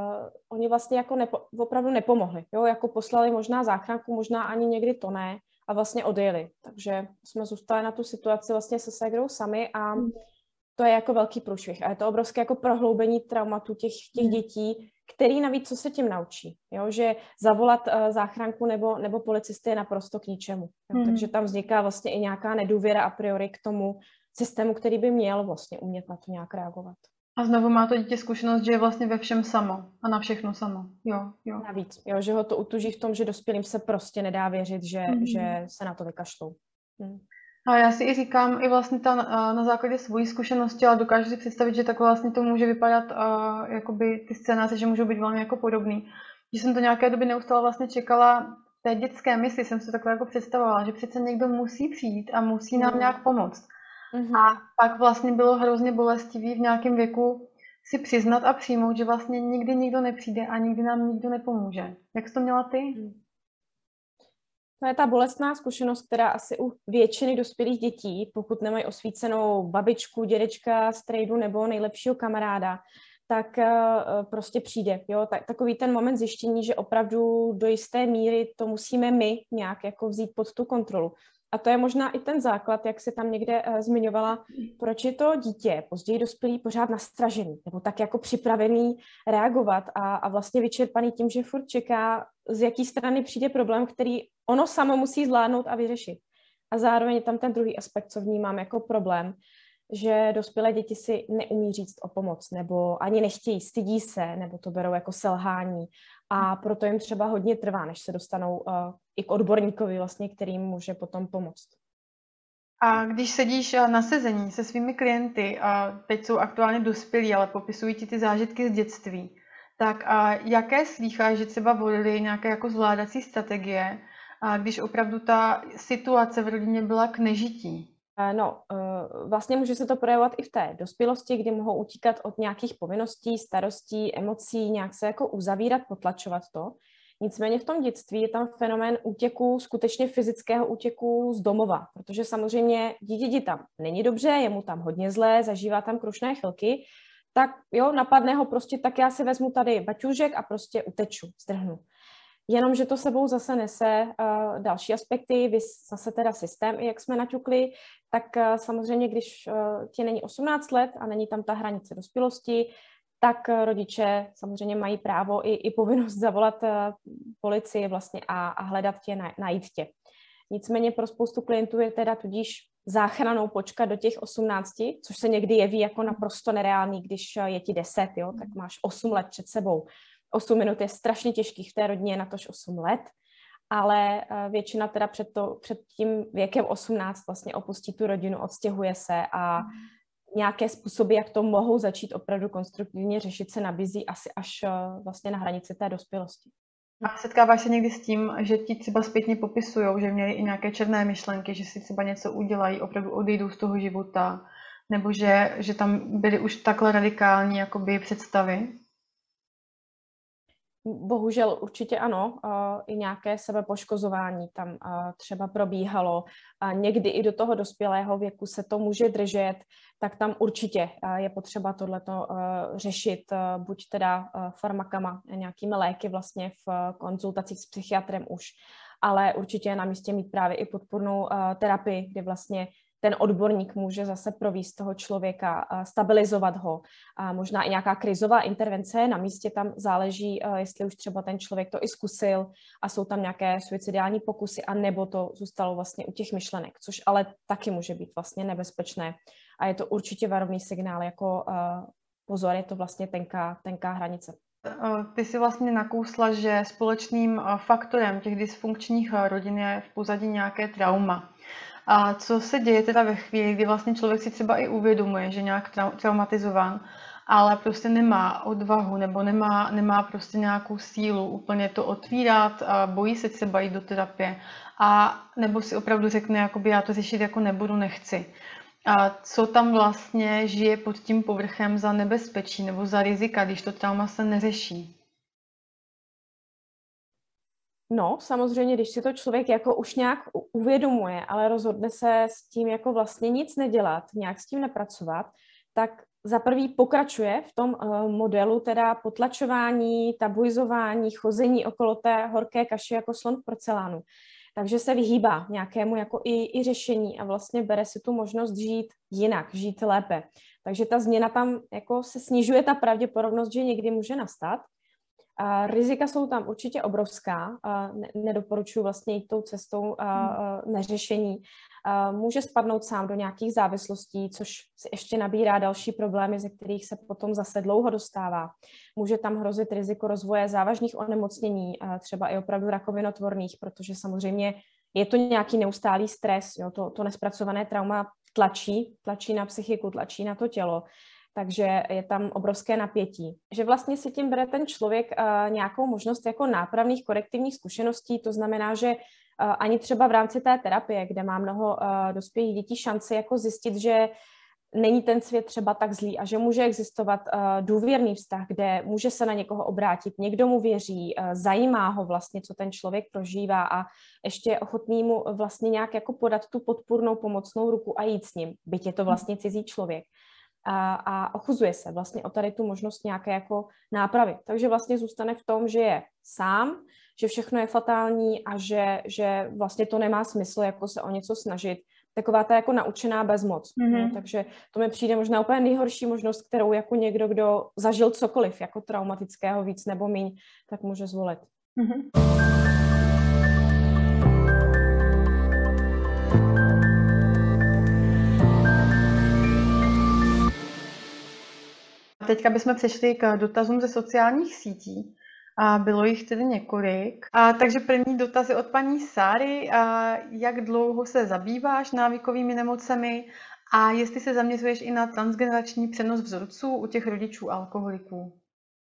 oni vlastně jako opravdu nepomohli, jo, jako poslali možná záchranku, možná ani někdy to ne a vlastně odjeli. Takže jsme zůstali na tu situaci vlastně se ségrou sami a to je jako velký průšvih a je to obrovské jako prohloubení traumatu těch dětí, který navíc co se tím naučí, jo? Že zavolat záchranku nebo policisty je naprosto k ničemu. Takže tam vzniká vlastně i nějaká nedůvěra a priori k tomu systému, který by měl vlastně umět na to nějak reagovat. A znovu má to dítě zkušenost, že je vlastně ve všem samo a na všechno samo. Jo. Navíc, jo, že ho to utuží v tom, že dospělým se prostě nedá věřit, že se na to vykašlou. A já si i říkám, i vlastně na základě svojí zkušenosti, ale dokážu si představit, že takhle vlastně to může vypadat, jakoby ty scénáře, že můžou být velmi jako podobný. Že jsem to nějaké doby neustále vlastně čekala, v té dětské mysli jsem se takhle jako představovala, že přece někdo musí přijít a musí nám nějak pomoct. A Mhm. pak vlastně bylo hrozně bolestivý v nějakém věku si přiznat a přijmout, že vlastně nikdy nikdo nepřijde a nikdy nám nikdo nepomůže. Jak jsi to měla ty? To je ta bolestná zkušenost, která asi u většiny dospělých dětí, pokud nemají osvícenou babičku, dědečka, strejdu nebo nejlepšího kamaráda, tak prostě přijde. Jo? Takový ten moment zjištění, že opravdu do jisté míry to musíme my nějak jako vzít pod tu kontrolu. A to je možná i ten základ, jak se tam někde zmiňovala, proč je to dítě, později dospělý, pořád nastražený, nebo tak jako připravený reagovat a vlastně vyčerpaný tím, že furt čeká, z jaký strany přijde problém, který ono samo musí zvládnout a vyřešit. A zároveň je tam ten druhý aspekt, co vnímám jako problém, že dospělé děti si neumí říct o pomoc, nebo ani nechtějí, stydí se, nebo to berou jako selhání. A proto jim třeba hodně trvá, než se dostanou i k odborníkovi, vlastně, kterým může potom pomoct. A když sedíš na sezení se svými klienty, a teď jsou aktuálně dospělí, ale popisují ti ty zážitky z dětství, tak jaké slýcháš, že třeba volili nějaké jako zvládací strategie, když opravdu ta situace v rodině byla k nežití? No, vlastně může se to projevovat i v té dospělosti, kdy mohou utíkat od nějakých povinností, starostí, emocí, nějak se jako uzavírat, potlačovat to. Nicméně v tom dětství je tam fenomén útěku, skutečně fyzického útěku z domova, protože samozřejmě dítě tam není dobře, je mu tam hodně zlé, zažívá tam krušné chvilky, tak jo, napadne ho prostě, tak já si vezmu tady baťůžek a prostě uteču, zdrhnu. Jenomže to sebou zase nese další aspekty, zase teda systém, jak jsme naťukli, tak samozřejmě, když ti není 18 let a není tam ta hranice dospělosti, tak rodiče samozřejmě mají právo i povinnost zavolat policii vlastně a hledat tě, najít tě. Nicméně pro spoustu klientů je teda tudíž záchranou počkat do těch 18, což se někdy jeví jako naprosto nereálný, když je ti 10, jo, tak máš 8 let před sebou. 8 minut je strašně těžkých v té rodině, natož 8 let, ale většina teda před tím věkem 18 vlastně opustí tu rodinu, odstěhuje se a nějaké způsoby, jak to mohou začít opravdu konstruktivně řešit, se nabízí asi až vlastně na hranici té dospělosti. A setkáváš se někdy s tím, že ti třeba zpětně popisují, že měli i nějaké černé myšlenky, že si třeba něco udělají, opravdu odejdou z toho života, nebo že tam byly už takhle radikální jakoby představy? Bohužel určitě ano, i nějaké sebepoškozování tam třeba probíhalo. Někdy i do toho dospělého věku se to může držet, tak tam určitě je potřeba tohleto řešit, buď teda farmakama, nějakými léky vlastně v konzultacích s psychiatrem už, ale určitě je na místě mít právě i podpůrnou terapii, kdy vlastně ten odborník může zase provést toho člověka, stabilizovat ho. A možná i nějaká krizová intervence na místě, tam záleží, jestli už třeba ten člověk to i zkusil a jsou tam nějaké suicidální pokusy, a nebo to zůstalo vlastně u těch myšlenek, což ale taky může být vlastně nebezpečné. A je to určitě varovný signál, jako pozor, je to vlastně tenká hranice. Ty si vlastně nakousla, že společným faktorem těch dysfunkčních rodin je v pozadí nějaké trauma. A co se děje teda ve chvíli, kdy vlastně člověk si třeba i uvědomuje, že nějak traumatizován, ale prostě nemá odvahu nebo nemá prostě nějakou sílu úplně to otvírat, a bojí se třeba jít do terapie, a nebo si opravdu řekne, jakoby já to řešit jako nebudu, nechci. A co tam vlastně žije pod tím povrchem za nebezpečí nebo za rizika, když to trauma se neřeší? No, samozřejmě, když si to člověk jako už nějak uvědomuje, ale rozhodne se s tím jako vlastně nic nedělat, nějak s tím nepracovat, tak za prvý pokračuje v tom modelu teda potlačování, tabuizování, chození okolo té horké kaše jako slon v porcelánu. Takže se vyhýbá nějakému jako i řešení a vlastně bere si tu možnost žít jinak, žít lépe. Takže ta změna tam jako se snižuje ta pravděpodobnost, že někdy může nastat. Rizika jsou tam určitě obrovská, nedoporučuji vlastně jít tou cestou neřešení. Může spadnout sám do nějakých závislostí, což si ještě nabírá další problémy, ze kterých se potom zase dlouho dostává. Může tam hrozit riziko rozvoje závažných onemocnění, třeba i opravdu rakovinotvorných, protože samozřejmě je to nějaký neustálý stres, jo, to nespracované trauma tlačí na psychiku, tlačí na to tělo, takže je tam obrovské napětí. Že vlastně si tím bere ten člověk nějakou možnost jako nápravných korektivních zkušeností, to znamená, že ani třeba v rámci té terapie, kde má mnoho dospělých dětí šanci jako zjistit, že není ten svět třeba tak zlý a že může existovat důvěrný vztah, kde může se na někoho obrátit, někdo mu věří, zajímá ho vlastně, co ten člověk prožívá a ještě je ochotný mu vlastně nějak jako podat tu podpůrnou pomocnou ruku a jít s ním, byť je to vlastně cizí člověk. A ochuzuje se vlastně o tady tu možnost nějaké jako nápravy. Takže vlastně zůstane v tom, že je sám, že všechno je fatální a že vlastně to nemá smysl jako se o něco snažit. Taková ta jako naučená bezmoc. No, takže to mi přijde možná úplně nejhorší možnost, kterou jako někdo, kdo zažil cokoliv jako traumatického víc nebo míň, tak může zvolit. Teďka bychom přešli k dotazům ze sociálních sítí. A bylo jich tedy několik. Takže první dotaz je od paní Sáry. Jak dlouho se zabýváš návykovými nemocemi a jestli se zaměřuješ i na transgenerační přenos vzorců u těch rodičů alkoholiků?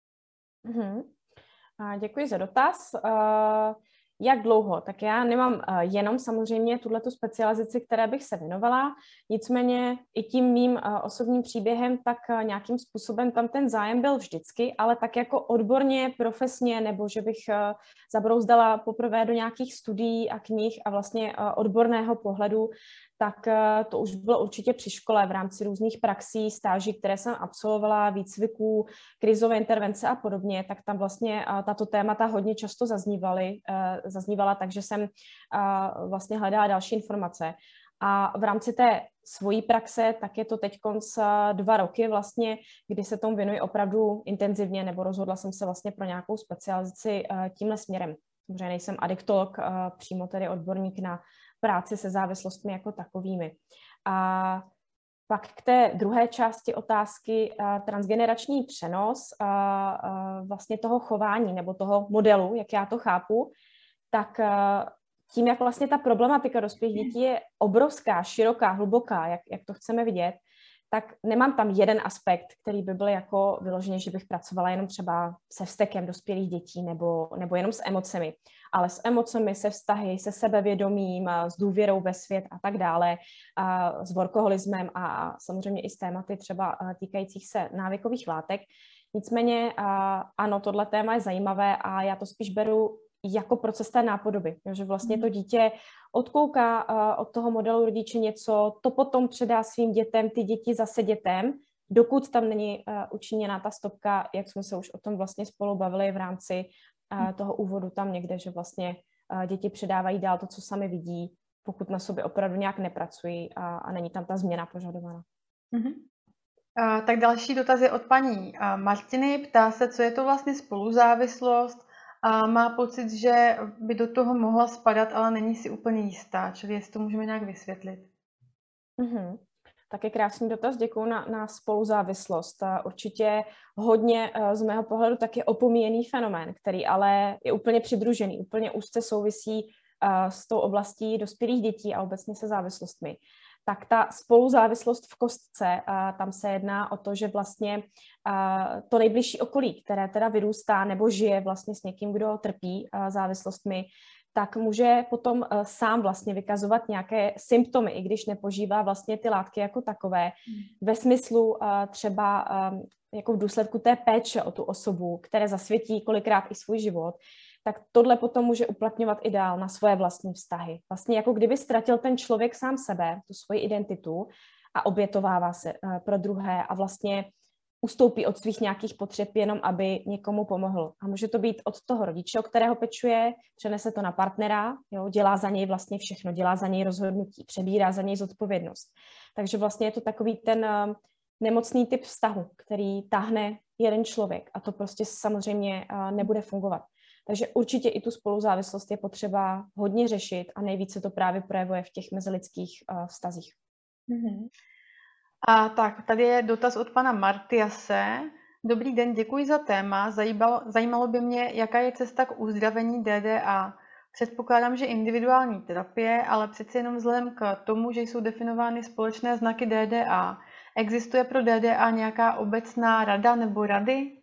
Děkuji za dotaz. Jak dlouho? Tak já nemám jenom samozřejmě tuhletu specializaci, které bych se věnovala, nicméně i tím mým osobním příběhem tak nějakým způsobem tam ten zájem byl vždycky, ale tak jako odborně, profesně, nebo že bych zabrouzdala poprvé do nějakých studií a knih a vlastně odborného pohledu, tak to už bylo určitě při škole v rámci různých praxí, stáží, které jsem absolvovala, výcviků, krizové intervence a podobně, tak tam vlastně tato témata hodně často zaznívala, takže jsem vlastně hledala další informace. A v rámci té svojí praxe, tak je to teď 2 roky vlastně, kdy se tomu věnuji opravdu intenzivně, nebo rozhodla jsem se vlastně pro nějakou specializaci tímhle směrem. Samozřejmě nejsem adiktolog, přímo tedy odborník na práci se závislostmi jako takovými. A pak k té druhé části otázky, transgenerační přenos vlastně toho chování nebo toho modelu, jak já to chápu, tak tím, jak vlastně ta problematika dospělých dětí je obrovská, široká, hluboká, jak to chceme vidět, tak nemám tam jeden aspekt, který by byl jako vyloženě, že bych pracovala jenom třeba se vztekem dospělých dětí nebo jenom s emocemi, ale s emocemi, se vztahy, se sebevědomím, s důvěrou ve svět a tak dále, a s workoholismem a samozřejmě i s tématy třeba týkajících se návykových látek. Nicméně ano, tohle téma je zajímavé a já to spíš beru jako proces té nápodoby, že vlastně to dítě odkouká od toho modelu rodiče něco, to potom předá svým dětem, ty děti zase dětem, dokud tam není učiněná ta stopka, jak jsme se už o tom vlastně spolu bavili v rámci toho úvodu tam někde, že vlastně děti předávají dál to, co sami vidí, pokud na sobě opravdu nějak nepracují a není tam ta změna požadovaná. Tak další dotaz je od paní Martiny. Ptá se, co je to vlastně spoluzávislost. Má pocit, že by do toho mohla spadat, ale není si úplně jistá. Čili jestli to můžeme nějak vysvětlit. Tak je krásný dotaz, děkuju na spoluzávislost. Určitě hodně z mého pohledu taky opomíjený fenomén, který ale je úplně přidružený, úplně úzce souvisí s tou oblastí dospělých dětí a obecně se závislostmi. Tak ta spoluzávislost v kostce, tam se jedná o to, že vlastně to nejbližší okolí, které teda vyrůstá nebo žije vlastně s někým, kdo trpí závislostmi, tak může potom sám vlastně vykazovat nějaké symptomy, i když nepožívá vlastně ty látky jako takové, ve smyslu třeba jako v důsledku té péče o tu osobu, které zasvětí kolikrát i svůj život, tak tohle potom může uplatňovat i dál na svoje vlastní vztahy. Vlastně jako kdyby ztratil ten člověk sám sebe, tu svoji identitu a obětovává se pro druhé a vlastně ustoupí od svých nějakých potřeb jenom, aby někomu pomohl. A může to být od toho rodiče, o kterého pečuje, přenese to na partnera, jo, dělá za něj vlastně všechno, dělá za něj rozhodnutí, přebírá za něj zodpovědnost. Takže vlastně je to takový ten nemocný typ vztahu, který táhne jeden člověk a to prostě samozřejmě nebude fungovat. Takže určitě i tu spoluzávislost je potřeba hodně řešit a nejvíce to právě projevuje v těch mezilidských vztazích. Tak, tady je dotaz od pana Martiase. Dobrý den, děkuji za téma. Zajímalo by mě, jaká je cesta k uzdravení DDA. Předpokládám, že individuální terapie, ale přeci jenom vzhledem k tomu, že jsou definovány společné znaky DDA, existuje pro DDA nějaká obecná rada nebo rady?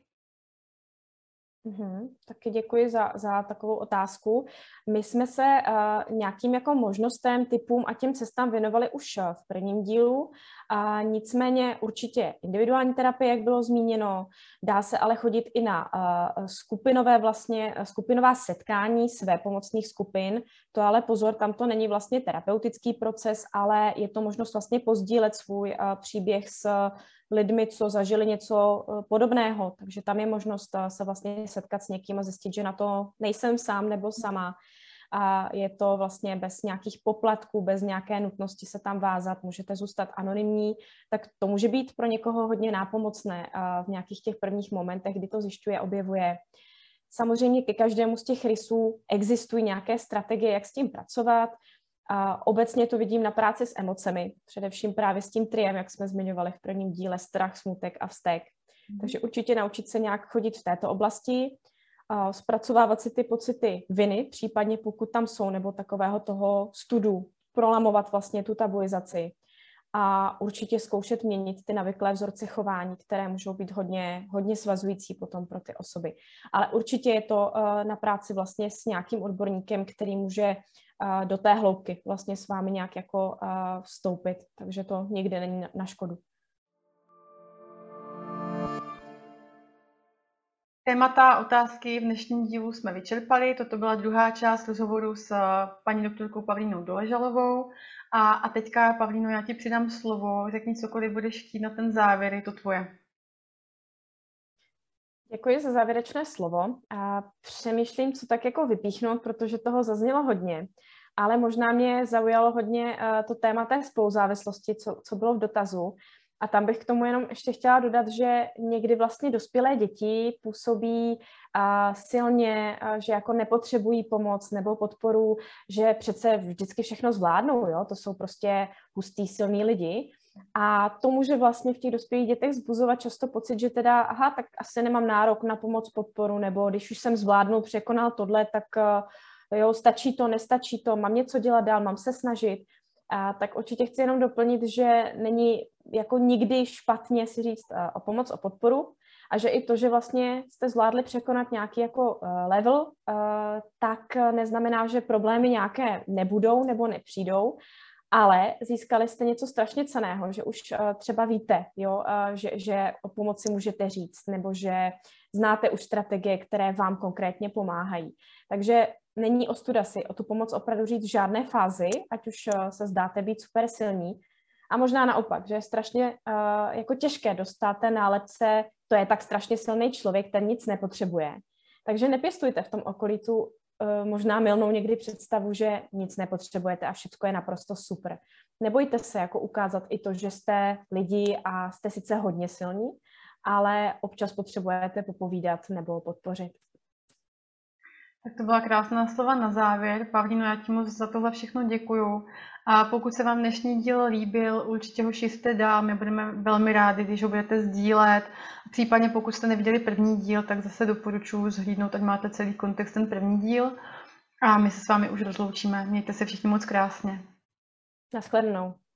Taky děkuji za takovou otázku. My jsme se nějakým jako možnostem, typům a těm cestám věnovali už v prvním dílu. Nicméně určitě individuální terapie, jak bylo zmíněno, dá se ale chodit i na skupinová setkání svépomocných skupin. To ale pozor, tam to není vlastně terapeutický proces, ale je to možnost vlastně pozdílet svůj příběh s lidmi, co zažili něco podobného. Takže tam je možnost se vlastně setkat s někým a zjistit, že na to nejsem sám nebo sama. A je to vlastně bez nějakých poplatků, bez nějaké nutnosti se tam vázat, můžete zůstat anonymní, tak to může být pro někoho hodně nápomocné v nějakých těch prvních momentech, kdy to zjišťuje, objevuje. Samozřejmě ke každému z těch rysů existují nějaké strategie, jak s tím pracovat. A obecně to vidím na práci s emocemi, především právě s tím triem, jak jsme zmiňovali v prvním díle, strach, smutek a vztek. Takže určitě naučit se nějak chodit v této oblasti, zpracovávat si ty pocity viny, případně pokud tam jsou, nebo takového toho studu, prolamovat vlastně tu tabuizaci a určitě zkoušet měnit ty navyklé vzorce chování, které můžou být hodně svazující potom pro ty osoby. Ale určitě je to na práci vlastně s nějakým odborníkem, který může do té hloubky vlastně s vámi nějak jako vstoupit, takže to nikdy není na škodu. Témata otázky v dnešním dílu jsme vyčerpali. Toto byla druhá část rozhovoru s paní doktorkou Pavlínou Doležalovou. A teďka, Pavlíno, já ti přidám slovo. Řekni cokoliv budeš chtít na ten závěr, je to tvoje. Děkuji za závěrečné slovo. Přemýšlím, co tak jako vypíchnout, protože toho zaznělo hodně. Ale možná mě zaujalo hodně to téma té spoluzávislosti, co bylo v dotazu. A tam bych k tomu jenom ještě chtěla dodat, že někdy vlastně dospělé děti působí silně, že jako nepotřebují pomoc nebo podporu, že přece vždycky všechno zvládnou, jo? To jsou prostě hustý, silní lidi. A to může vlastně v těch dospělých dětech vzbuzovat často pocit, že teda, tak asi nemám nárok na pomoc, podporu, nebo když už jsem zvládnul, překonal tohle, tak jo, stačí to, nestačí to, mám něco dělat dál, mám se snažit. Tak určitě chci jenom doplnit, že není jako nikdy špatně si říct o pomoc, o podporu a že i to, že vlastně jste zvládli překonat nějaký jako level, tak neznamená, že problémy nějaké nebudou nebo nepřijdou, ale získali jste něco strašně cenného, že už třeba víte, jo, že o pomoci můžete říct, nebo že znáte už strategie, které vám konkrétně pomáhají. Takže není ostuda si o tu pomoc opravdu říct v žádné fázi, ať už se zdáte být super silní. A možná naopak, že je strašně jako těžké dostat té nálepce, to je tak strašně silný člověk, ten nic nepotřebuje. Takže nepěstujte v tom okolí tu možná mylnou někdy představu, že nic nepotřebujete a všechno je naprosto super. Nebojte se jako ukázat i to, že jste lidi a jste sice hodně silní, ale občas potřebujete popovídat nebo podpořit. Tak to byla krásná slova na závěr. Pavlíno, já ti moc za tohle všechno děkuju. A pokud se vám dnešní díl líbil, určitě ho šiřte dál. My budeme velmi rádi, když ho budete sdílet. Případně pokud jste neviděli první díl, tak zase doporučuji zhlídnout, ať máte celý kontext ten první díl. A my se s vámi už rozloučíme. Mějte se všichni moc krásně. Naschledanou.